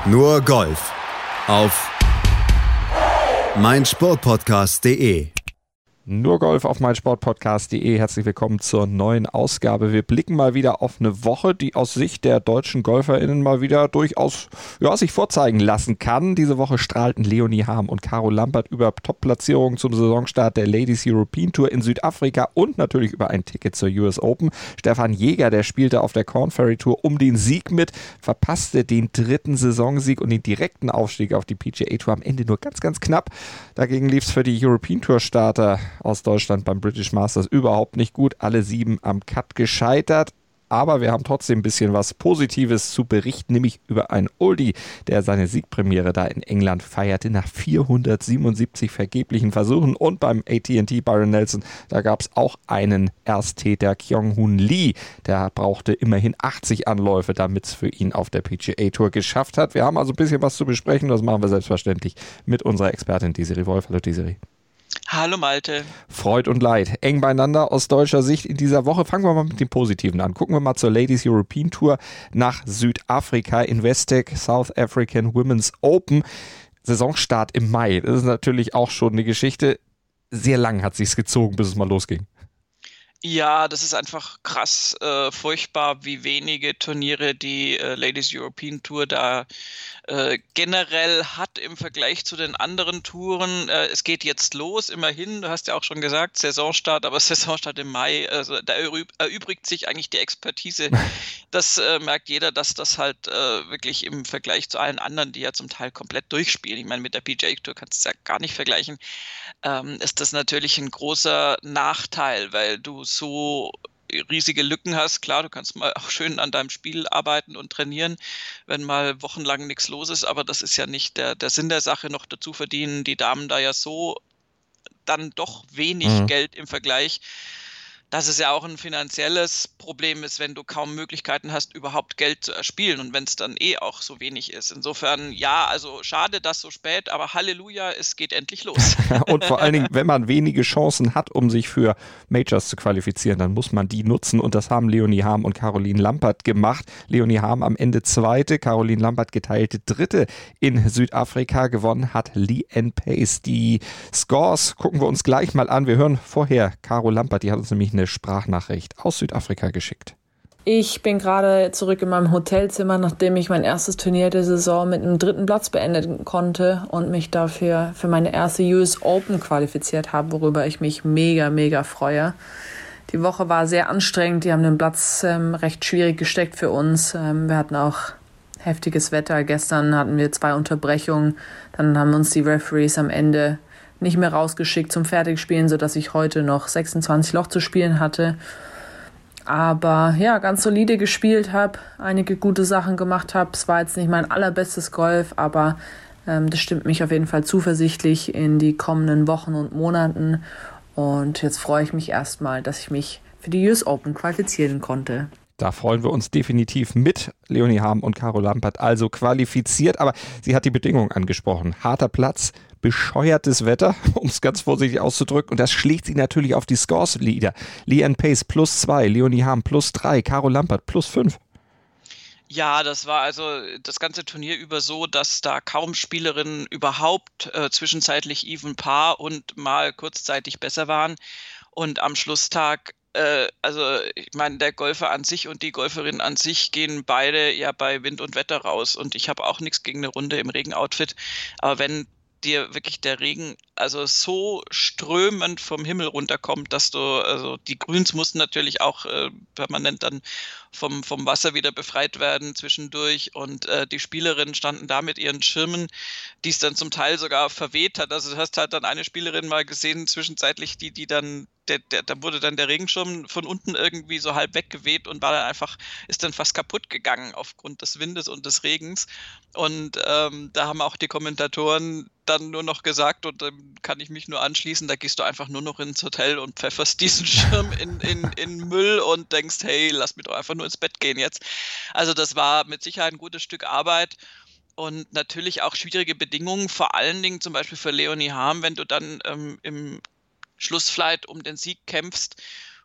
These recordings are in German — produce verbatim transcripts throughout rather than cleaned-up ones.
Nur Golf auf meinsportpodcast punkt de. Nur Golf auf meinsportpodcast punkt de. Herzlich willkommen zur neuen Ausgabe. Wir blicken mal wieder auf eine Woche, die aus Sicht der deutschen GolferInnen mal wieder durchaus ja, sich vorzeigen lassen kann. Diese Woche strahlten Leonie Harm und Caro Lampert über Top-Platzierungen zum Saisonstart der Ladies European Tour in Südafrika und natürlich über ein Ticket zur U S Open. Stefan Jäger, der spielte auf der Korn Ferry Tour um den Sieg mit, verpasste den dritten Saisonsieg und den direkten Aufstieg auf die P G A Tour am Ende nur ganz, ganz knapp. Dagegen lief es für die European Tour Starter aus Deutschland beim British Masters überhaupt nicht gut. Alle sieben am Cut gescheitert. Aber wir haben trotzdem ein bisschen was Positives zu berichten, nämlich über einen Oldie, der seine Siegpremiere da in England feierte nach vierhundertsiebenundsiebzig vergeblichen Versuchen. Und beim A T and T Byron Nelson, da gab es auch einen Ersttäter, Kyung-Hoon Lee. Der brauchte immerhin achtzig Anläufe, damit es für ihn auf der P G A Tour geschafft hat. Wir haben also ein bisschen was zu besprechen. Das machen wir selbstverständlich mit unserer Expertin Desiree Wolf. Hallo Desiree. Hallo Malte. Freud und Leid, eng beieinander aus deutscher Sicht in dieser Woche. Fangen wir mal mit dem Positiven an. Gucken wir mal zur Ladies European Tour nach Südafrika, Investec South African Women's Open. Saisonstart im Mai, das ist natürlich auch schon eine Geschichte. Sehr lang hat sich's gezogen, bis es mal losging. Ja, das ist einfach krass, äh, furchtbar, wie wenige Turniere die äh, Ladies European Tour da äh, generell hat im Vergleich zu den anderen Touren. Äh, es geht jetzt los, immerhin, du hast ja auch schon gesagt, Saisonstart, aber Saisonstart im Mai, also da erüb- erübrigt sich eigentlich die Expertise. Das äh, merkt jeder, dass das halt äh, wirklich im Vergleich zu allen anderen, die ja zum Teil komplett durchspielen, ich meine, mit der P G A Tour kannst du es ja gar nicht vergleichen, ähm, ist das natürlich ein großer Nachteil, weil du so riesige Lücken hast. Klar, du kannst mal auch schön an deinem Spiel arbeiten und trainieren, wenn mal wochenlang nichts los ist, aber das ist ja nicht der, der Sinn der Sache. Noch dazu verdienen die Damen da ja so dann doch wenig mhm. Geld im Vergleich, dass es ja auch ein finanzielles Problem ist, wenn du kaum Möglichkeiten hast, überhaupt Geld zu erspielen und wenn es dann eh auch so wenig ist. Insofern, ja, also schade, dass so spät, aber Halleluja, es geht endlich los. Und vor allen Dingen, wenn man wenige Chancen hat, um sich für Majors zu qualifizieren, dann muss man die nutzen und das haben Leonie Harm und Caroline Lampert gemacht. Leonie Harm am Ende Zweite, Caroline Lampert geteilte Dritte in Südafrika. Gewonnen hat Lee-Anne Pace. Die Scores gucken wir uns gleich mal an. Wir hören vorher Caro Lampert, die hat uns nämlich eine Sprachnachricht aus Südafrika geschickt. Ich bin gerade zurück in meinem Hotelzimmer, nachdem ich mein erstes Turnier der Saison mit einem dritten Platz beenden konnte und mich dafür für meine erste U S Open qualifiziert habe, worüber ich mich mega, mega freue. Die Woche war sehr anstrengend, die haben den Platz ähm, recht schwierig gesteckt für uns. Ähm, wir hatten auch heftiges Wetter, gestern hatten wir zwei Unterbrechungen, dann haben uns die Referees am Ende nicht mehr rausgeschickt zum Fertigspielen, sodass ich heute noch sechsundzwanzig Loch zu spielen hatte. Aber ja, ganz solide gespielt habe, einige gute Sachen gemacht habe. Es war jetzt nicht mein allerbestes Golf, aber ähm, das stimmt mich auf jeden Fall zuversichtlich in die kommenden Wochen und Monaten. Und jetzt freue ich mich erstmal, dass ich mich für die U S Open qualifizieren konnte. Da freuen wir uns definitiv mit. Leonie Harm und Caro Lampert also qualifiziert, aber sie hat die Bedingungen angesprochen. Harter Platz, bescheuertes Wetter, um es ganz vorsichtig auszudrücken. Und das schlägt sie natürlich auf die Scores nieder. Lee-Anne Pace plus zwei, Leonie Harm plus drei, Caro Lampert plus fünf. Ja, das war also das ganze Turnier über so, dass da kaum Spielerinnen überhaupt äh, zwischenzeitlich even par und mal kurzzeitig besser waren. Und am Schlusstag Äh, also ich meine, der Golfer an sich und die Golferin an sich gehen beide ja bei Wind und Wetter raus und ich habe auch nichts gegen eine Runde im Regenoutfit, aber wenn dir wirklich der Regen also so strömend vom Himmel runterkommt, dass du, also die Grüns mussten natürlich auch äh, permanent dann vom, vom Wasser wieder befreit werden zwischendurch und äh, die Spielerinnen standen da mit ihren Schirmen, die es dann zum Teil sogar verweht hat. Also du hast halt dann eine Spielerin mal gesehen, zwischenzeitlich, die, die dann, der, der, da wurde dann der Regenschirm von unten irgendwie so halb weggeweht und war dann einfach, ist dann fast kaputt gegangen aufgrund des Windes und des Regens. Und ähm, da haben auch die Kommentatoren dann nur noch gesagt, und dann kann ich mich nur anschließen, da gehst du einfach nur noch ins Hotel und pfefferst diesen Schirm in, in, in Müll und denkst, hey, lass mich doch einfach nur ins Bett gehen jetzt. Also das war mit Sicherheit ein gutes Stück Arbeit und natürlich auch schwierige Bedingungen, vor allen Dingen zum Beispiel für Leonie Harm, wenn du dann ähm, im Schlussflight um den Sieg kämpfst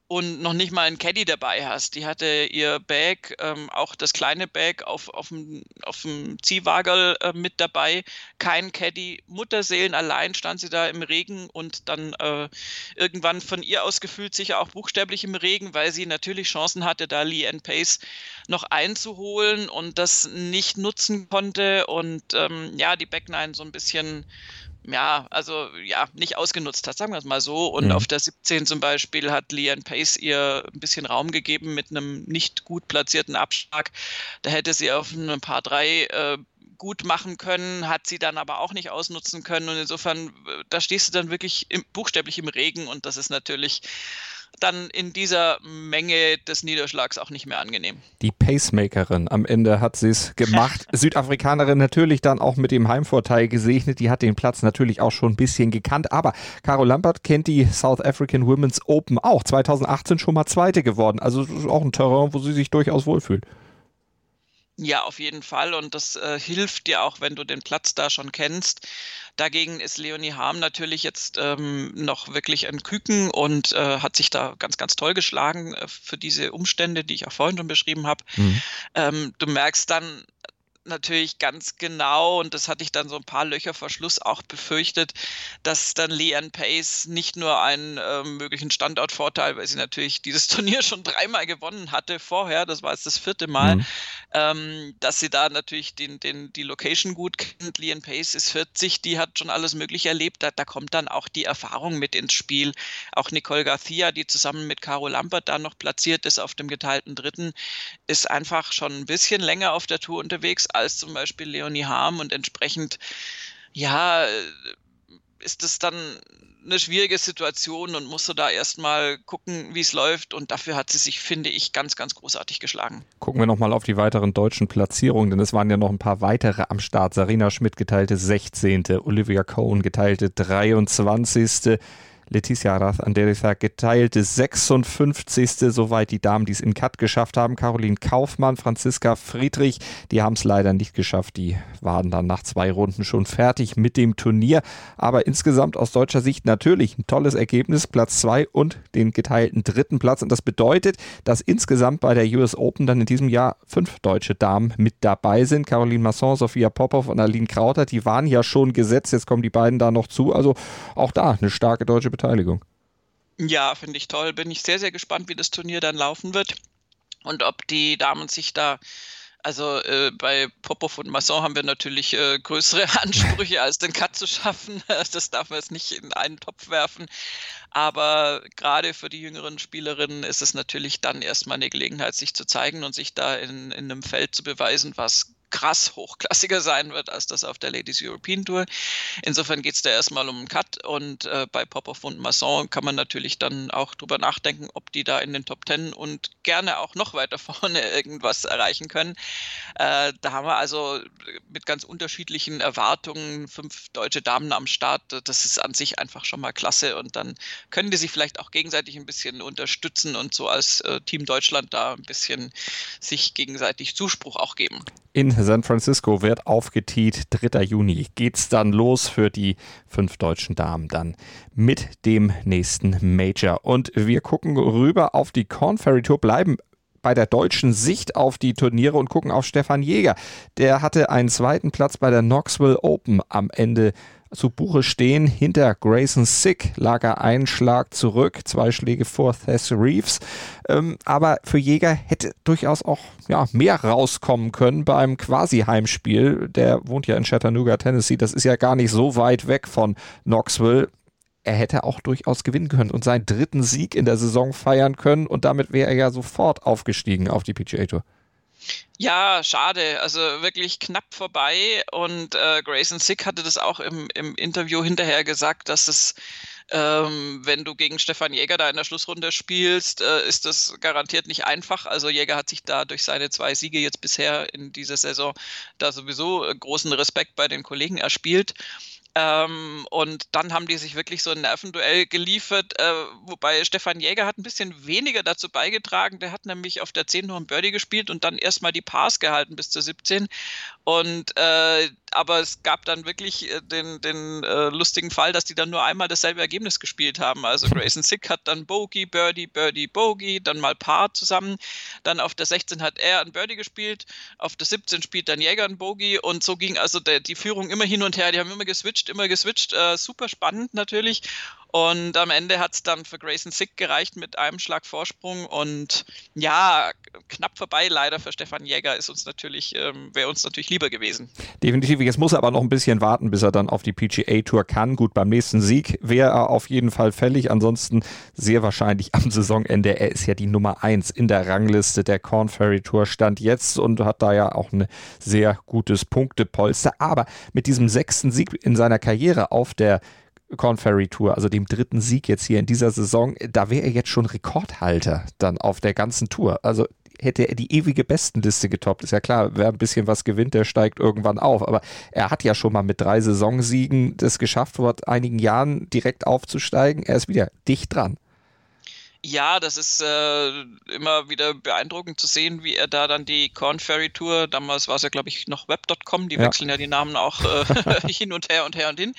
und noch nicht mal einen Caddy dabei hast. Die hatte ihr Bag, ähm, auch das kleine Bag auf, auf dem, auf dem Ziehwagel äh, mit dabei, kein Caddy, Mutterseelen allein stand sie da im Regen und dann äh, irgendwann von ihr aus gefühlt sicher auch buchstäblich im Regen, weil sie natürlich Chancen hatte, da Leanne Pace noch einzuholen und das nicht nutzen konnte und ähm, ja, die Back Nine so ein bisschen ja, also ja, nicht ausgenutzt hat, sagen wir es mal so. Und Mhm. auf der siebzehn zum Beispiel hat Leanne Pace ihr ein bisschen Raum gegeben mit einem nicht gut platzierten Abschlag. Da hätte sie auf ein Paar drei äh, gut machen können, hat sie dann aber auch nicht ausnutzen können. Und insofern, äh, da stehst du dann wirklich im, buchstäblich im Regen und das ist natürlich dann in dieser Menge des Niederschlags auch nicht mehr angenehm. Die Pacemakerin, am Ende hat sie es gemacht. Südafrikanerin natürlich dann auch mit dem Heimvorteil gesegnet. Die hat den Platz natürlich auch schon ein bisschen gekannt. Aber Caro Lampert kennt die South African Women's Open auch. zwanzig achtzehn schon mal Zweite geworden. Also das ist auch ein Terrain, wo sie sich durchaus wohlfühlt. Ja, auf jeden Fall. Und das äh, hilft dir auch, wenn du den Platz da schon kennst. Dagegen ist Leonie Harm natürlich jetzt ähm, noch wirklich ein Küken und äh, hat sich da ganz, ganz toll geschlagen äh, für diese Umstände, die ich auch vorhin schon beschrieben habe. Mhm. Ähm, du merkst dann natürlich ganz genau, und das hatte ich dann so ein paar Löcher vor Schluss auch befürchtet, dass dann Leanne Pace nicht nur einen äh, möglichen Standortvorteil, weil sie natürlich dieses Turnier schon dreimal gewonnen hatte vorher, das war jetzt das vierte Mal, Mhm. ähm, dass sie da natürlich den, den, die Location gut kennt. Leanne Pace ist vierzig, die hat schon alles Mögliche erlebt, da, da kommt dann auch die Erfahrung mit ins Spiel. Auch Nicole Garcia, die zusammen mit Caro Lampert da noch platziert ist auf dem geteilten Dritten, ist einfach schon ein bisschen länger auf der Tour unterwegs als zum Beispiel Leonie Harm und entsprechend, ja, ist es dann eine schwierige Situation und musst du da erstmal gucken, wie es läuft und dafür hat sie sich, finde ich, ganz, ganz großartig geschlagen. Gucken wir nochmal auf die weiteren deutschen Platzierungen, denn es waren ja noch ein paar weitere am Start. Sarina Schmidt geteilte sechzehnte Olivia Cohn geteilte dreiundzwanzigste Leticia Raz-Andereza geteilte sechsundfünfzigste Soweit die Damen, die es in Cut geschafft haben. Caroline Kaufmann, Franziska Friedrich, die haben es leider nicht geschafft. Die waren dann nach zwei Runden schon fertig mit dem Turnier. Aber insgesamt aus deutscher Sicht natürlich ein tolles Ergebnis. Platz zwei und den geteilten dritten Platz. Und das bedeutet, dass insgesamt bei der U S Open dann in diesem Jahr fünf deutsche Damen mit dabei sind. Caroline Masson, Sophia Popov und Aline Krauter, die waren ja schon gesetzt. Jetzt kommen die beiden da noch zu. Also auch da eine starke deutsche Beteiligung. Beteiligung. Ja, finde ich toll. Bin ich sehr, sehr gespannt, wie das Turnier dann laufen wird und ob die Damen sich da, also äh, bei Popov und Masson haben wir natürlich äh, größere Ansprüche als den Cut zu schaffen. Das darf man jetzt nicht in einen Topf werfen. Aber gerade für die jüngeren Spielerinnen ist es natürlich dann erstmal eine Gelegenheit, sich zu zeigen und sich da in, in einem Feld zu beweisen, was krass hochklassiger sein wird als das auf der Ladies European Tour. Insofern geht es da erstmal um einen Cut und äh, bei Popov und Masson kann man natürlich dann auch drüber nachdenken, ob die da in den Top Ten und gerne auch noch weiter vorne irgendwas erreichen können. Äh, da haben wir also mit ganz unterschiedlichen Erwartungen fünf deutsche Damen am Start. Das ist an sich einfach schon mal klasse und dann können die sich vielleicht auch gegenseitig ein bisschen unterstützen und so als äh, Team Deutschland da ein bisschen sich gegenseitig Zuspruch auch geben. In San Francisco wird aufgetiet. dritter Juni geht's dann los für die fünf deutschen Damen dann mit dem nächsten Major. Und wir gucken rüber auf die Korn Ferry Tour, bleiben bei der deutschen Sicht auf die Turniere und gucken auf Stefan Jäger. Der hatte einen zweiten Platz bei der Knoxville Open am Ende zu Buche stehen. Hinter Grayson Sick lag er einen Schlag zurück, zwei Schläge vor Tess Reeves. Ähm, aber für Jäger hätte durchaus auch ja, mehr rauskommen können beim Quasi-Heimspiel. Der wohnt ja in Chattanooga, Tennessee. Das ist ja gar nicht so weit weg von Knoxville. Er hätte auch durchaus gewinnen können und seinen dritten Sieg in der Saison feiern können. Und damit wäre er ja sofort aufgestiegen auf die P G A Tour. Ja, schade. Also wirklich knapp vorbei. Und äh, Grayson Sick hatte das auch im, im Interview hinterher gesagt, dass es, ähm, wenn du gegen Stefan Jäger da in der Schlussrunde spielst, äh, ist das garantiert nicht einfach. Also Jäger hat sich da durch seine zwei Siege jetzt bisher in dieser Saison da sowieso äh, großen Respekt bei den Kollegen erspielt. Ähm, und dann haben die sich wirklich so ein Nervenduell geliefert, äh, wobei Stefan Jäger hat ein bisschen weniger dazu beigetragen. Der hat nämlich auf der zehn nur ein Birdie gespielt und dann erstmal die Pars gehalten bis zur siebzehn Und äh, aber es gab dann wirklich äh, den, den äh, lustigen Fall, dass die dann nur einmal dasselbe Ergebnis gespielt haben. Also Grayson Sick hat dann Bogey, Birdie, Birdie, Bogey, dann mal Paar zusammen. Dann auf der sechzehn hat er ein Birdie gespielt, auf der siebzehn spielt dann Jäger ein Bogey und so ging also der, die Führung immer hin und her. Die haben immer geswitcht, immer geswitcht. Äh, super spannend natürlich. Und am Ende hat es dann für Grayson Sick gereicht mit einem Schlag Vorsprung und ja, knapp vorbei leider für Stefan Jäger ist uns natürlich, ähm, wäre uns natürlich lieber gewesen. Definitiv, jetzt muss er aber noch ein bisschen warten, bis er dann auf die P G A Tour kann. Gut, beim nächsten Sieg wäre er auf jeden Fall fällig, ansonsten sehr wahrscheinlich am Saisonende. Er ist ja die Nummer eins in der Rangliste der Korn Ferry Tour Stand jetzt und hat da ja auch ein sehr gutes Punktepolster, aber mit diesem sechsten Sieg in seiner Karriere auf der Korn Ferry Tour, also dem dritten Sieg jetzt hier in dieser Saison, da wäre er jetzt schon Rekordhalter dann auf der ganzen Tour. Also hätte er die ewige Bestenliste getoppt. Ist ja klar, wer ein bisschen was gewinnt, der steigt irgendwann auf. Aber er hat ja schon mal mit drei Saisonsiegen das geschafft, vor einigen Jahren direkt aufzusteigen. Er ist wieder dicht dran. Ja, das ist äh, immer wieder beeindruckend zu sehen, wie er da dann die Korn Ferry Tour, damals war es ja glaube ich noch web Punkt com, die ja. wechseln ja die Namen auch äh, hin und her und her und hin,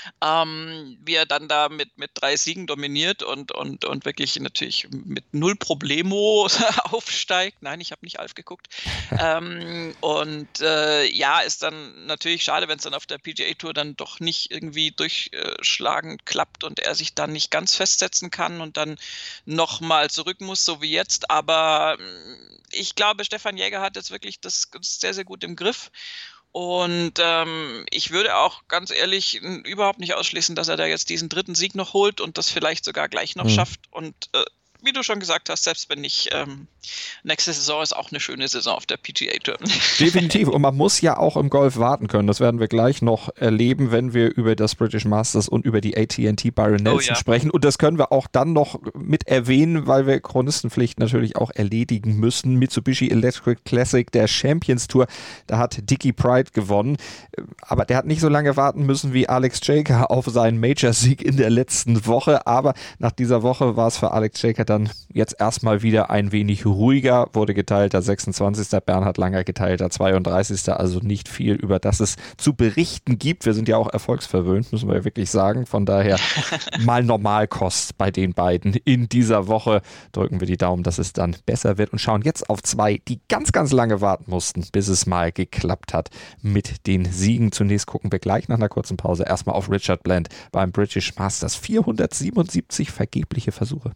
ähm, wie er dann da mit, mit drei Siegen dominiert und, und, und wirklich natürlich mit null Problemo aufsteigt. Nein, ich habe nicht Alf geguckt. ähm, und äh, ja, ist dann natürlich schade, wenn es dann auf der P G A Tour dann doch nicht irgendwie durchschlagen klappt und er sich dann nicht ganz festsetzen kann und dann nochmal zurück muss, so wie jetzt, aber ich glaube, Stefan Jäger hat jetzt wirklich das sehr, sehr gut im Griff und ähm, ich würde auch ganz ehrlich überhaupt nicht ausschließen, dass er da jetzt diesen dritten Sieg noch holt und das vielleicht sogar gleich noch mhm. schafft und äh, wie du schon gesagt hast, selbst wenn nicht, ähm, nächste Saison ist auch eine schöne Saison auf der P G A Tour. Definitiv. Und man muss ja auch im Golf warten können. Das werden wir gleich noch erleben, wenn wir über das British Masters und über die A T and T Byron Nelson oh, ja. sprechen. Und das können wir auch dann noch mit erwähnen, weil wir Chronistenpflicht natürlich auch erledigen müssen. Mitsubishi Electric Classic, der Champions Tour, da hat Dickie Pride gewonnen. Aber der hat nicht so lange warten müssen wie Alex Jager auf seinen Major-Sieg in der letzten Woche. Aber nach dieser Woche war es für Alex Jager dann jetzt erstmal wieder ein wenig ruhiger, wurde geteilter sechsundzwanzigster Bernhard Langer geteilter zweiunddreißigster Also nicht viel, über das es zu berichten gibt. Wir sind ja auch erfolgsverwöhnt, müssen wir ja wirklich sagen. Von daher mal Normalkost bei den beiden in dieser Woche. Drücken wir die Daumen, dass es dann besser wird und schauen jetzt auf zwei, die ganz, ganz lange warten mussten, bis es mal geklappt hat mit den Siegen. Zunächst gucken wir gleich nach einer kurzen Pause erstmal auf Richard Bland beim British Masters. vierhundertsiebenundsiebzig vergebliche Versuche.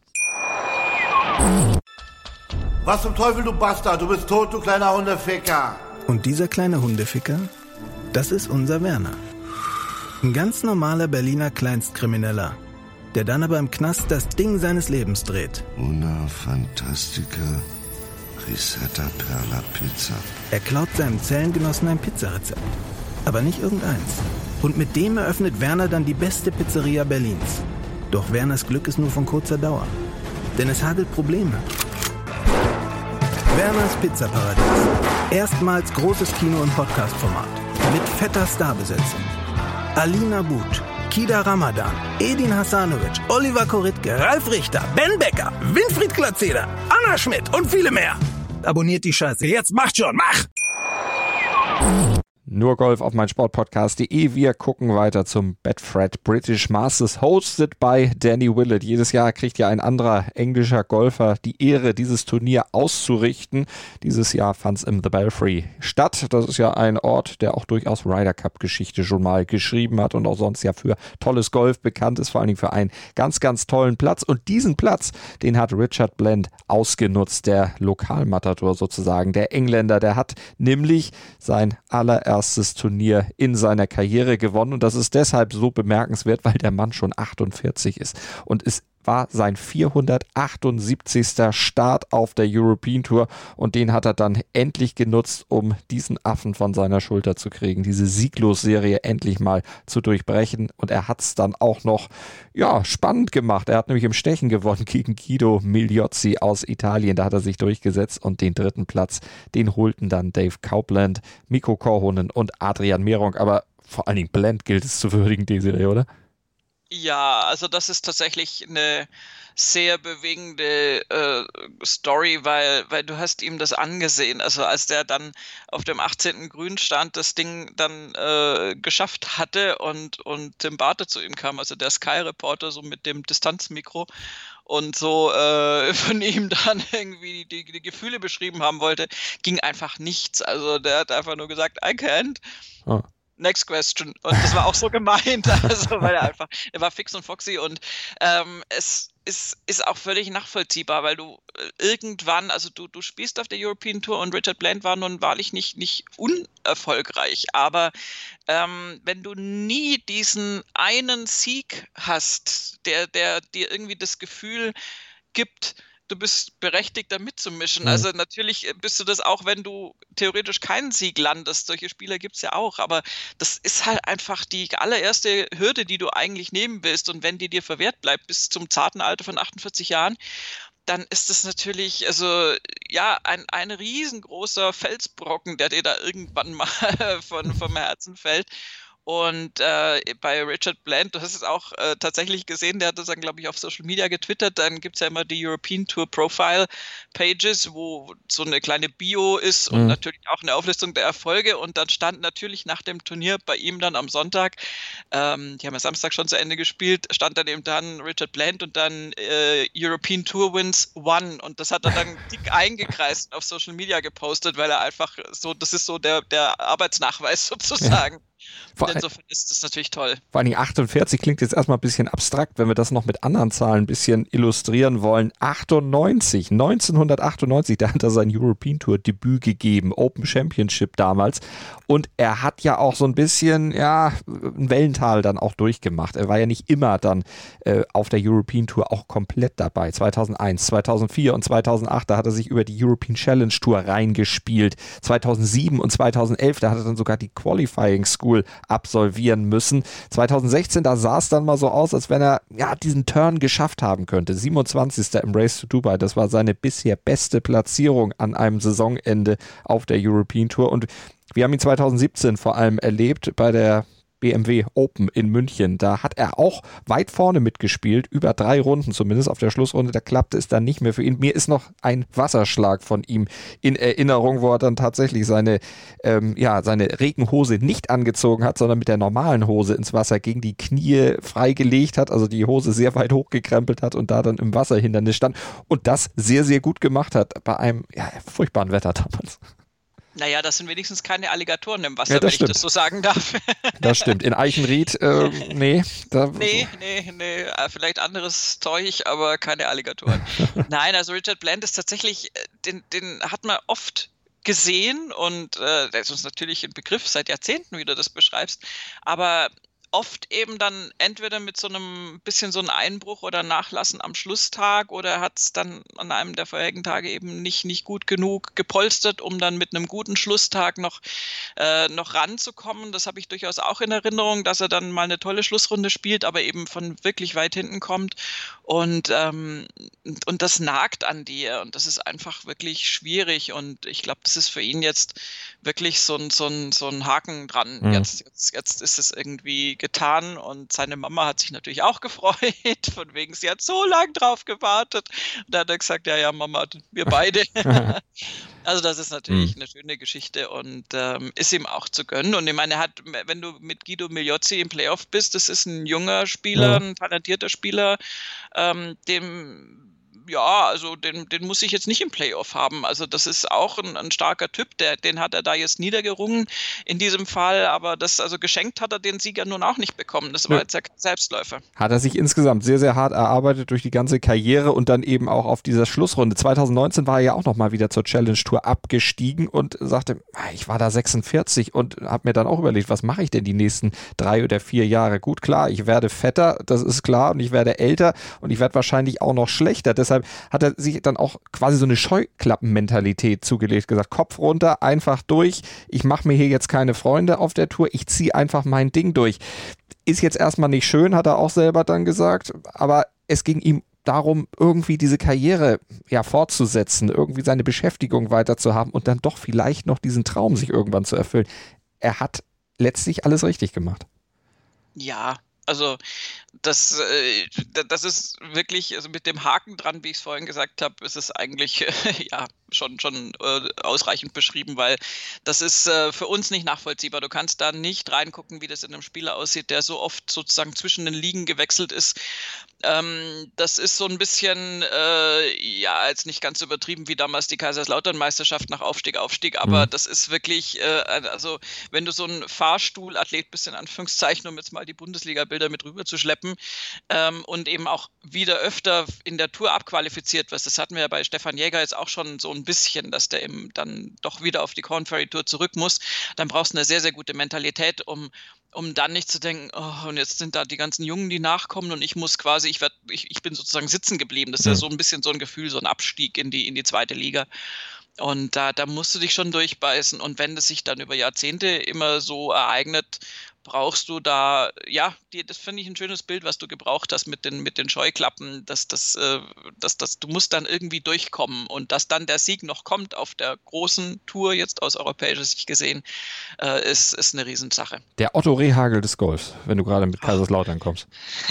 Was zum Teufel, du Bastard? Du bist tot, du kleiner Hundeficker. Und dieser kleine Hundeficker, das ist unser Werner. Ein ganz normaler Berliner Kleinstkrimineller, der dann aber im Knast das Ding seines Lebens dreht. Una Fantastica Risetta Perla Pizza. Er klaut seinem Zellengenossen ein Pizzarezept. Aber nicht irgendeins. Und mit dem eröffnet Werner dann die beste Pizzeria Berlins. Doch Werners Glück ist nur von kurzer Dauer. Denn es hagelt Probleme. Werners Pizzaparadies. Erstmals großes Kino- und Podcast-Format. Mit fetter Starbesetzung. Alina But, Kida Ramadan, Edin Hasanovic, Oliver Koritke, Ralf Richter, Ben Becker, Winfried Glatzeder, Anna Schmidt und viele mehr. Abonniert die Scheiße. Jetzt macht schon, mach! Nur Golf auf meinsportpodcast punkt de. Wir gucken weiter zum Betfred British Masters, hosted by Danny Willett. Jedes Jahr kriegt ja ein anderer englischer Golfer die Ehre, dieses Turnier auszurichten. Dieses Jahr fand es im The Belfry statt. Das ist ja ein Ort, der auch durchaus Ryder Cup-Geschichte schon mal geschrieben hat und auch sonst ja für tolles Golf bekannt ist, vor allen Dingen für einen ganz, ganz tollen Platz. Und diesen Platz, den hat Richard Bland ausgenutzt, der Lokalmatador sozusagen, der Engländer. Der hat nämlich sein allererstes Turnier in seiner Karriere gewonnen und das ist deshalb so bemerkenswert, weil der Mann schon achtundvierzig ist und es war sein vierhundertachtundsiebzigster Start auf der European Tour und den hat er dann endlich genutzt, um diesen Affen von seiner Schulter zu kriegen, diese Sieglos-Serie endlich mal zu durchbrechen und er hat es dann auch noch ja, spannend gemacht. Er hat nämlich im Stechen gewonnen gegen Guido Migliozzi aus Italien, da hat er sich durchgesetzt und den dritten Platz, den holten dann Dave Copeland, Mikko Korhonen und Adrian Meronk, aber vor allen Dingen Bland gilt es zu würdigen, Desiree, oder? Ja, also das ist tatsächlich eine sehr bewegende äh, Story, weil, weil du hast ihm das angesehen. Also als der dann auf dem achtzehnten Grün stand, das Ding dann äh, geschafft hatte und, und Tim Barter zu ihm kam, also der Sky-Reporter so mit dem Distanzmikro und so äh, von ihm dann irgendwie die, die Gefühle beschrieben haben wollte, ging einfach nichts. Also der hat einfach nur gesagt, I can't. Oh. Next question. Und das war auch so gemeint, also weil er einfach, er war fix und foxy und ähm, es ist, ist auch völlig nachvollziehbar, weil du irgendwann, also du, du spielst auf der European Tour und Richard Bland war nun wahrlich nicht, nicht unerfolgreich, aber ähm, wenn du nie diesen einen Sieg hast, der, der dir irgendwie das Gefühl gibt, du bist berechtigt, da mitzumischen. Mhm. Also natürlich bist du das auch, wenn du theoretisch keinen Sieg landest. Solche Spieler gibt es ja auch, aber das ist halt einfach die allererste Hürde, die du eigentlich nehmen willst. Und wenn die dir verwehrt bleibt bis zum zarten Alter von achtundvierzig Jahren, dann ist es natürlich, also ja, ein, ein riesengroßer Felsbrocken, der dir da irgendwann mal von, vom Herzen fällt. Und äh, bei Richard Bland, du hast es auch äh, tatsächlich gesehen, der hat das dann, glaube ich, auf Social Media getwittert, dann gibt es ja immer die European Tour Profile Pages, wo so eine kleine Bio ist und mhm. natürlich auch eine Auflistung der Erfolge und dann stand natürlich nach dem Turnier bei ihm dann am Sonntag, ähm, die haben ja Samstag schon zu Ende gespielt, stand dann eben dann Richard Bland und dann äh, European Tour Wins One und das hat er dann dick eingekreist auf Social Media gepostet, weil er einfach so, das ist so der, der Arbeitsnachweis sozusagen. Ja. Vor Insofern ist das natürlich toll. Vor allem achtundvierzig klingt jetzt erstmal ein bisschen abstrakt, wenn wir das noch mit anderen Zahlen ein bisschen illustrieren wollen. achtundneunzig, neunzehnhundertachtundneunzig, da hat er sein European Tour Debüt gegeben, Open Championship damals. Und er hat ja auch so ein bisschen, ja, ein Wellental dann auch durchgemacht. Er war ja nicht immer dann äh, auf der European Tour auch komplett dabei. zweitausendeins, zweitausendvier und zweitausendacht, da hat er sich über die European Challenge Tour reingespielt. zweitausendsieben und zweitausendelf, da hat er dann sogar die Qualifying School absolvieren müssen. zweitausendsechzehn, da sah es dann mal so aus, als wenn er ja diesen Turn geschafft haben könnte. siebenundzwanzigster im Race to Dubai, das war seine bisher beste Platzierung an einem Saisonende auf der European Tour und wir haben ihn zweitausendsiebzehn vor allem erlebt bei der B M W Open in München. Da hat er auch weit vorne mitgespielt, über drei Runden zumindest auf der Schlussrunde. Da klappte es dann nicht mehr für ihn. Mir ist noch ein Wasserschlag von ihm in Erinnerung, wo er dann tatsächlich seine, ähm, ja, seine Regenhose nicht angezogen hat, sondern mit der normalen Hose ins Wasser gegen die Knie freigelegt hat, also die Hose sehr weit hochgekrempelt hat und da dann im Wasserhindernis stand und das sehr, sehr gut gemacht hat bei einem ja, furchtbaren Wetter damals. Naja, das sind wenigstens keine Alligatoren im Wasser, ja, wenn stimmt. ich das so sagen darf. Das stimmt. In Eichenried, äh, nee. Da nee, nee, nee. Vielleicht anderes Zeug, aber keine Alligatoren. Nein, also Richard Bland ist tatsächlich, den, den hat man oft gesehen und äh, der ist uns natürlich ein Begriff seit Jahrzehnten, wie du das beschreibst, aber oft eben dann entweder mit so einem bisschen so einem Einbruch oder Nachlassen am Schlusstag oder hat es dann an einem der vorherigen Tage eben nicht, nicht gut genug gepolstert, um dann mit einem guten Schlusstag noch, äh, noch ranzukommen. Das habe ich durchaus auch in Erinnerung, dass er dann mal eine tolle Schlussrunde spielt, aber eben von wirklich weit hinten kommt und, ähm, und das nagt an dir und das ist einfach wirklich schwierig und ich glaube, das ist für ihn jetzt wirklich so ein, so ein, so ein Haken dran. Mhm. Jetzt, jetzt, jetzt ist es irgendwie getan und seine Mama hat sich natürlich auch gefreut, von wegen, sie hat so lange drauf gewartet. Und da hat er gesagt, ja, ja, Mama, wir beide. Also das ist natürlich mhm. eine schöne Geschichte und ähm, ist ihm auch zu gönnen. Und ich meine, er hat, wenn du mit Guido Migliozzi im Playoff bist, das ist ein junger Spieler, ja. ein talentierter Spieler, ähm, dem ja, also den, den muss ich jetzt nicht im Playoff haben. Also das ist auch ein, ein starker Typ, der, den hat er da jetzt niedergerungen in diesem Fall, aber das, also geschenkt hat er den Sieger nun auch nicht bekommen. Das war ja. jetzt ja kein Selbstläufer. Hat er sich insgesamt sehr, sehr hart erarbeitet durch die ganze Karriere und dann eben auch auf dieser Schlussrunde. zweitausendneunzehn war er ja auch nochmal wieder zur Challenge Tour abgestiegen und sagte, ich war da sechsundvierzig und habe mir dann auch überlegt, was mache ich denn die nächsten drei oder vier Jahre? Gut, klar, ich werde fetter, das ist klar, und ich werde älter und ich werde wahrscheinlich auch noch schlechter. Deshalb hat er sich dann auch quasi so eine Scheuklappenmentalität zugelegt, gesagt, Kopf runter, einfach durch, ich mache mir hier jetzt keine Freunde auf der Tour, ich ziehe einfach mein Ding durch. Ist jetzt erstmal nicht schön, hat er auch selber dann gesagt, aber es ging ihm darum, irgendwie diese Karriere ja fortzusetzen, irgendwie seine Beschäftigung weiterzuhaben und dann doch vielleicht noch diesen Traum sich irgendwann zu erfüllen. Er hat letztlich alles richtig gemacht. Ja, Also das, äh, das ist wirklich, also mit dem Haken dran, wie ich es vorhin gesagt habe, ist es eigentlich äh, ja schon, schon äh, ausreichend beschrieben, weil das ist äh, für uns nicht nachvollziehbar. Du kannst da nicht reingucken, wie das in einem Spieler aussieht, der so oft sozusagen zwischen den Ligen gewechselt ist. Ähm, das ist so ein bisschen, äh, ja, jetzt nicht ganz übertrieben wie damals die Kaiserslautern-Meisterschaft nach Aufstieg, Aufstieg, aber mhm. das ist wirklich, äh, also wenn du so ein Fahrstuhlathlet bist, in Anführungszeichen, um jetzt mal die Bundesliga-Bilder mit rüber zu schleppen, ähm, und eben auch wieder öfter in der Tour abqualifiziert wirst. Das hatten wir ja bei Stefan Jäger jetzt auch schon so ein bisschen, dass der eben dann doch wieder auf die Corn Ferry Tour zurück muss. Dann brauchst du eine sehr, sehr gute Mentalität, um um dann nicht zu denken, oh, und jetzt sind da die ganzen Jungen, die nachkommen und ich muss quasi, ich, werd, ich, ich bin sozusagen sitzen geblieben. Das ist ja so ein bisschen so ein Gefühl, so ein Abstieg in die, in die zweite Liga. Und da, da musst du dich schon durchbeißen. Und wenn das sich dann über Jahrzehnte immer so ereignet, brauchst du da, ja, die, das finde ich ein schönes Bild, was du gebraucht hast mit den, mit den Scheuklappen, dass das, äh, dass das, du musst dann irgendwie durchkommen und dass dann der Sieg noch kommt auf der großen Tour, jetzt aus europäischer Sicht gesehen, äh, ist, ist eine Riesensache. Der Otto Rehhagel des Golfs, wenn du gerade mit Kaiserslautern kommst.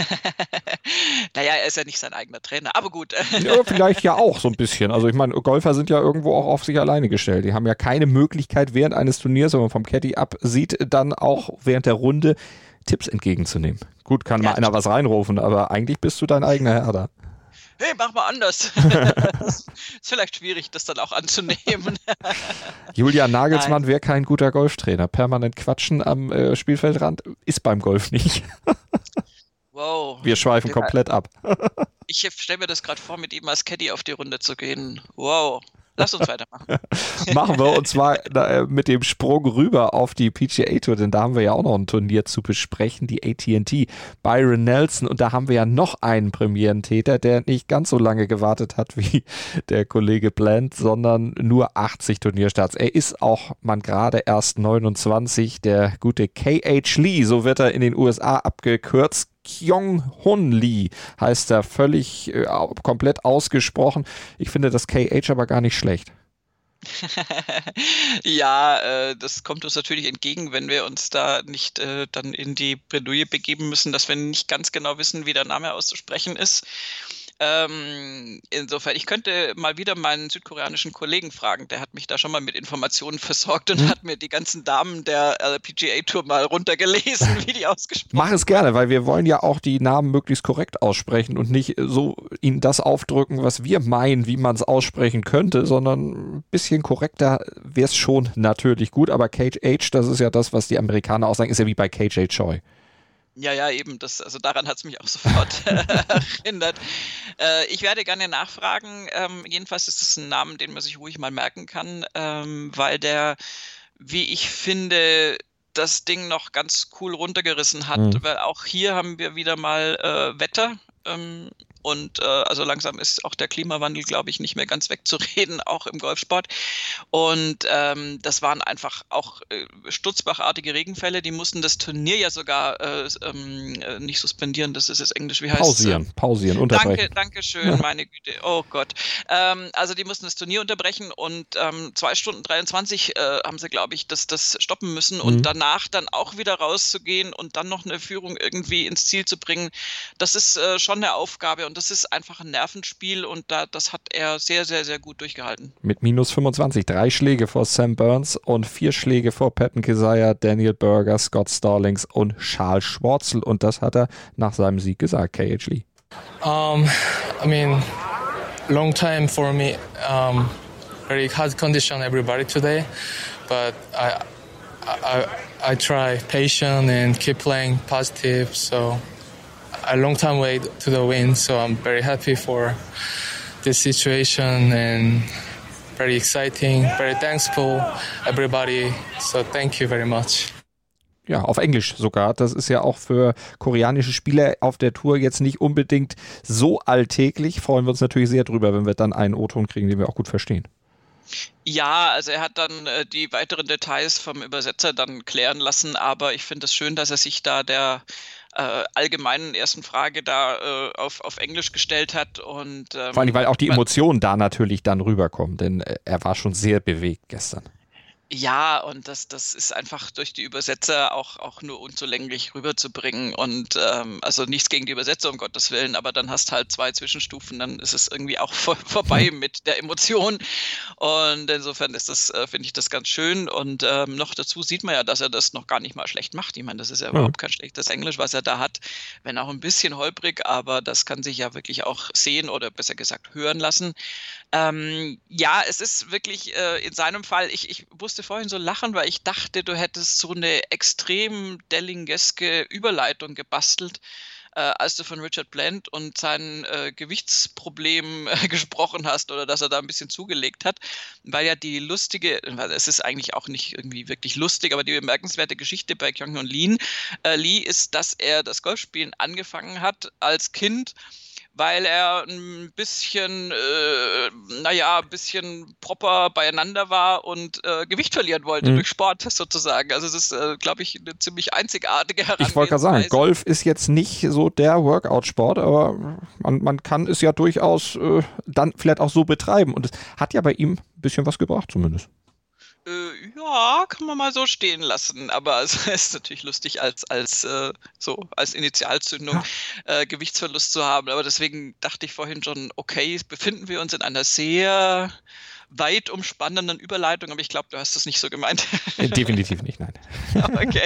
Naja, er ist ja nicht sein eigener Trainer, aber gut. Ja, vielleicht ja auch so ein bisschen. Also ich meine, Golfer sind ja irgendwo auch auf sich alleine gestellt. Die haben ja keine Möglichkeit während eines Turniers, wenn man vom Caddy absieht, dann auch während der Runde Tipps entgegenzunehmen. Gut, kann ja, mal einer was reinrufen, aber eigentlich bist du dein eigener Herr da. Hey, mach mal anders. Ist vielleicht schwierig, das dann auch anzunehmen. Julian Nagelsmann wäre kein guter Golftrainer. Permanent quatschen am äh, Spielfeldrand ist beim Golf nicht. Wow. Wir schweifen komplett ab. Ich stelle mir das gerade vor, mit ihm als Caddy auf die Runde zu gehen. Wow. Lass uns weitermachen. Machen wir, und zwar äh, mit dem Sprung rüber auf die P G A Tour, denn da haben wir ja auch noch ein Turnier zu besprechen, die A T and T, Byron Nelson, und da haben wir ja noch einen Premierentäter, der nicht ganz so lange gewartet hat wie der Kollege Bland, sondern nur achtzig Turnierstarts. Er ist auch man gerade erst neunundzwanzig, der gute K H Lee, so wird er in den U S A abgekürzt. Kyung-Hoon Lee heißt er, völlig äh, komplett ausgesprochen. Ich finde das K H aber gar nicht schlecht. Ja, äh, das kommt uns natürlich entgegen, wenn wir uns da nicht äh, dann in die Bredouille begeben müssen, dass wir nicht ganz genau wissen, wie der Name auszusprechen ist. Ähm, insofern, ich könnte mal wieder meinen südkoreanischen Kollegen fragen, der hat mich da schon mal mit Informationen versorgt und hm. hat mir die ganzen Damen der äh, P G A Tour mal runtergelesen, wie die ausgesprochen werden. Mach es gerne, weil wir wollen ja auch die Namen möglichst korrekt aussprechen und nicht so ihnen das aufdrücken, was wir meinen, wie man es aussprechen könnte, sondern ein bisschen korrekter wäre es schon natürlich gut, aber K H, das ist ja das, was die Amerikaner auch sagen, ist ja wie bei K J Choi. Ja, ja, eben. Das, also daran hat es mich auch sofort erinnert. Äh, ich werde gerne nachfragen. Ähm, jedenfalls ist es ein Name, den man sich ruhig mal merken kann, ähm, weil der, wie ich finde, das Ding noch ganz cool runtergerissen hat. Mhm. Weil auch hier haben wir wieder mal äh, Wetter. Ähm, Und äh, also langsam ist auch der Klimawandel, glaube ich, nicht mehr ganz wegzureden, auch im Golfsport. Und ähm, das waren einfach auch äh, stutzbachartige Regenfälle. Die mussten das Turnier ja sogar äh, ähm, nicht suspendieren. Das ist jetzt Englisch, wie heißt es? Pausieren, äh, pausieren, unterbrechen. Danke, danke schön, meine Güte. Oh Gott. Ähm, also die mussten das Turnier unterbrechen und ähm, zwei Stunden dreiundzwanzig äh, haben sie, glaube ich, das, das stoppen müssen. Und mhm. danach dann auch wieder rauszugehen und dann noch eine Führung irgendwie ins Ziel zu bringen, das ist äh, schon eine Aufgabe. Und das ist einfach ein Nervenspiel und da, das hat er sehr, sehr, sehr gut durchgehalten. Mit minus fünfundzwanzig, drei Schläge vor Sam Burns und vier Schläge vor Patton Kizzire, Daniel Berger, Scott Stallings und Charles Schwartzel. Und das hat er nach seinem Sieg gesagt, K H Lee. Um, I mean, long time for me. Um, very hard condition everybody today, but I, I, I try patient and keep playing positive, so a long time way to the win, so I'm very happy for this situation and very exciting, very thankful everybody, so thank you very much. Ja, auf Englisch sogar. Das ist ja auch für koreanische Spieler auf der Tour jetzt nicht unbedingt so alltäglich. Freuen wir uns natürlich sehr drüber, wenn wir dann einen O-Ton kriegen, den wir auch gut verstehen. Ja, also er hat dann äh, die weiteren Details vom Übersetzer dann klären lassen, aber ich finde es schön, dass er sich da der Äh, allgemeinen ersten Frage da äh, auf, auf Englisch gestellt hat. Und, ähm, vor allem, weil auch die Emotionen da natürlich dann rüberkommen, denn äh, er war schon sehr bewegt gestern. Ja, und das, das ist einfach durch die Übersetzer auch, auch nur unzulänglich rüberzubringen. Und ähm, also nichts gegen die Übersetzer, um Gottes Willen, aber dann hast halt zwei Zwischenstufen, dann ist es irgendwie auch vor, vorbei mit der Emotion. Und insofern ist das, äh, finde ich das ganz schön. Und ähm, noch dazu sieht man ja, dass er das noch gar nicht mal schlecht macht. Ich meine, das ist ja, ja überhaupt kein schlechtes Englisch, was er da hat, wenn auch ein bisschen holprig, aber das kann sich ja wirklich auch sehen oder besser gesagt hören lassen. Ähm, ja, es ist wirklich äh, in seinem Fall, ich, ich musste vorhin so lachen, weil ich dachte, du hättest so eine extrem Dellingeske Überleitung gebastelt, äh, als du von Richard Bland und sein äh, Gewichtsproblem äh, gesprochen hast oder dass er da ein bisschen zugelegt hat, weil ja die lustige, es ist eigentlich auch nicht irgendwie wirklich lustig, aber die bemerkenswerte Geschichte bei Kyung-Hyun Lee, äh, Lee ist, dass er das Golfspielen angefangen hat als Kind, weil er ein bisschen, äh, naja, ein bisschen proper beieinander war und äh, Gewicht verlieren wollte mhm. durch Sport sozusagen. Also das ist, äh, glaube ich, eine ziemlich einzigartige Herangehensweise. Ich wollte gerade sagen, Golf ist jetzt nicht so der Workout-Sport, aber man, man kann es ja durchaus äh, dann vielleicht auch so betreiben. Und es hat ja bei ihm ein bisschen was gebracht zumindest. Äh, ja, kann man mal so stehen lassen, aber es ist natürlich lustig, als, als, äh, so, als Initialzündung ja. äh, Gewichtsverlust zu haben, aber deswegen dachte ich vorhin schon, okay, befinden wir uns in einer sehr weit umspannenden Überleitung, aber ich glaube, du hast das nicht so gemeint. Definitiv nicht, nein. Okay.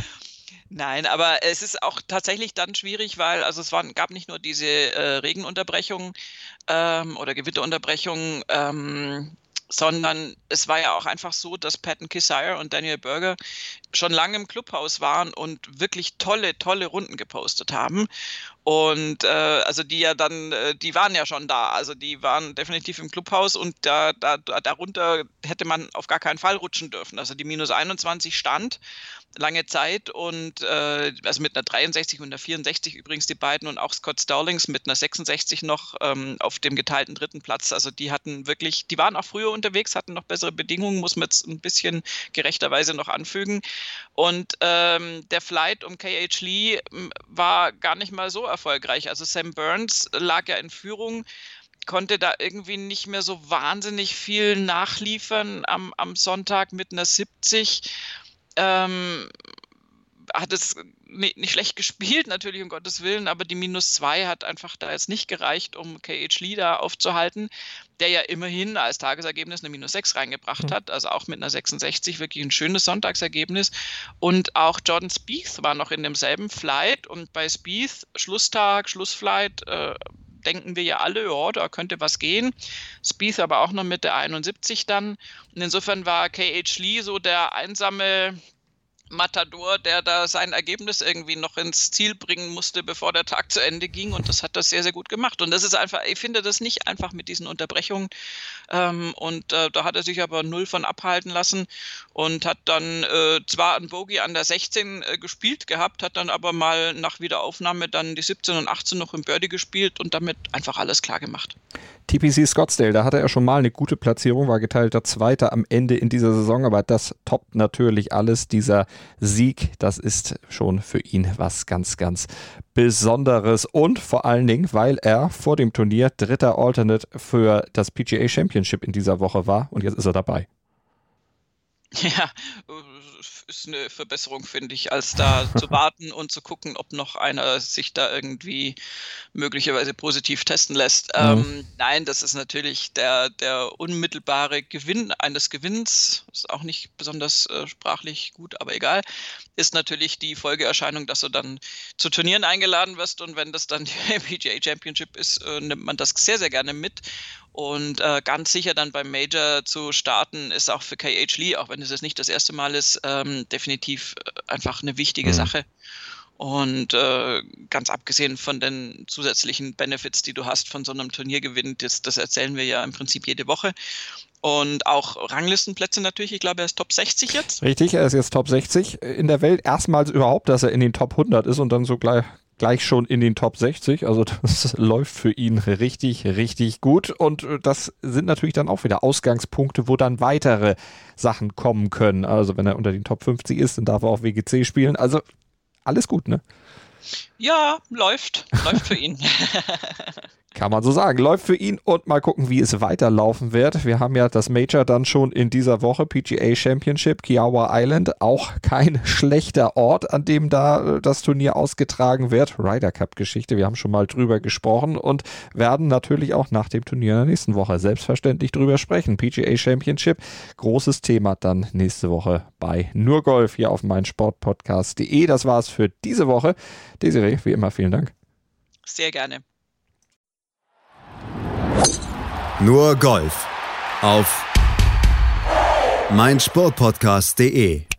Nein, aber es ist auch tatsächlich dann schwierig, weil also es waren, gab nicht nur diese äh, Regenunterbrechungen ähm, oder Gewitterunterbrechungen, ähm, sondern es war ja auch einfach so, dass Patton Kizzire und Daniel Berger schon lange im Clubhaus waren und wirklich tolle, tolle Runden gepostet haben. Und äh, also die ja dann, äh, die waren ja schon da, also die waren definitiv im Clubhaus und da, da, darunter hätte man auf gar keinen Fall rutschen dürfen. Also die minus einundzwanzig stand lange Zeit und äh, also mit einer dreiundsechzig und einer vierundsechzig übrigens die beiden und auch Scott Stallings mit einer sechsundsechzig noch ähm, auf dem geteilten dritten Platz. Also die hatten wirklich, die waren auch früher unterwegs, hatten noch bessere Bedingungen, muss man jetzt ein bisschen gerechterweise noch anfügen. Und ähm, der Flight um K H Lee war gar nicht mal so erfolgreich. Also Sam Burns lag ja in Führung, konnte da irgendwie nicht mehr so wahnsinnig viel nachliefern am, am Sonntag mit einer siebzig. Ähm, hat es nicht, nicht schlecht gespielt, natürlich um Gottes Willen, aber die minus zwei hat einfach da jetzt nicht gereicht, um K H Lee da aufzuhalten, der ja immerhin als Tagesergebnis eine minus sechs reingebracht hat, also auch mit einer sechsundsechzig wirklich ein schönes Sonntagsergebnis. Und auch Jordan Spieth war noch in demselben Flight und bei Spieth, Schlusstag, Schlussflight, äh, denken wir ja alle, ja, da könnte was gehen. Spieth aber auch noch mit der einundsiebzig dann. Und insofern war K H Lee so der einsame Matador, der da sein Ergebnis irgendwie noch ins Ziel bringen musste, bevor der Tag zu Ende ging. Und das hat das sehr, sehr gut gemacht. Und das ist einfach, ich finde das nicht einfach mit diesen Unterbrechungen. Ähm, und äh, da hat er sich aber null von abhalten lassen und hat dann äh, zwar ein Bogey an der sechzehn äh, gespielt gehabt, hat dann aber mal nach Wiederaufnahme dann die siebzehn und achtzehn noch im Birdie gespielt und damit einfach alles klar gemacht. T P C Scottsdale, da hatte er schon mal eine gute Platzierung, war geteilter Zweiter am Ende in dieser Saison, aber das toppt natürlich alles. Dieser Sieg, das ist schon für ihn was ganz, ganz Besonderes und vor allen Dingen, weil er vor dem Turnier dritter Alternate für das P G A Championship in dieser Woche war und jetzt ist er dabei. Ja, ist eine Verbesserung, finde ich, als da zu warten und zu gucken, ob noch einer sich da irgendwie möglicherweise positiv testen lässt. Mhm. Ähm, nein, das ist natürlich der, der unmittelbare Gewinn eines Gewinns, ist auch nicht besonders äh, sprachlich gut, aber egal, ist natürlich die Folgeerscheinung, dass du dann zu Turnieren eingeladen wirst und wenn das dann die P G A Championship ist, äh, nimmt man das sehr, sehr gerne mit. Und äh, ganz sicher dann beim Major zu starten, ist auch für K H Lee, auch wenn es jetzt nicht das erste Mal ist, ähm, definitiv äh, einfach eine wichtige mhm. Sache. Und äh, ganz abgesehen von den zusätzlichen Benefits, die du hast von so einem Turniergewinn, das, das erzählen wir ja im Prinzip jede Woche. Und auch Ranglistenplätze natürlich, ich glaube, er ist Top sechzig jetzt. Richtig, er ist jetzt Top sechzig in der Welt. Erstmals überhaupt, dass er in den Top hundert ist und dann so gleich... gleich schon in den Top sechzig, also das läuft für ihn richtig, richtig gut und das sind natürlich dann auch wieder Ausgangspunkte, wo dann weitere Sachen kommen können, also wenn er unter den Top fünfzig ist, dann darf er auch W G C spielen, also alles gut, ne? Ja, läuft, läuft für ihn. Kann man so sagen. Läuft für ihn und mal gucken, wie es weiterlaufen wird. Wir haben ja das Major dann schon in dieser Woche, P G A Championship, Kiawah Island. Auch kein schlechter Ort, an dem da das Turnier ausgetragen wird. Ryder Cup Geschichte, wir haben schon mal drüber gesprochen und werden natürlich auch nach dem Turnier in der nächsten Woche selbstverständlich drüber sprechen. P G A Championship, großes Thema dann nächste Woche bei Nur Golf hier auf meinsportpodcast punkt de. Das war's für diese Woche. Desiree, wie immer, vielen Dank. Sehr gerne. Nur Golf auf meinsportpodcast punkt de.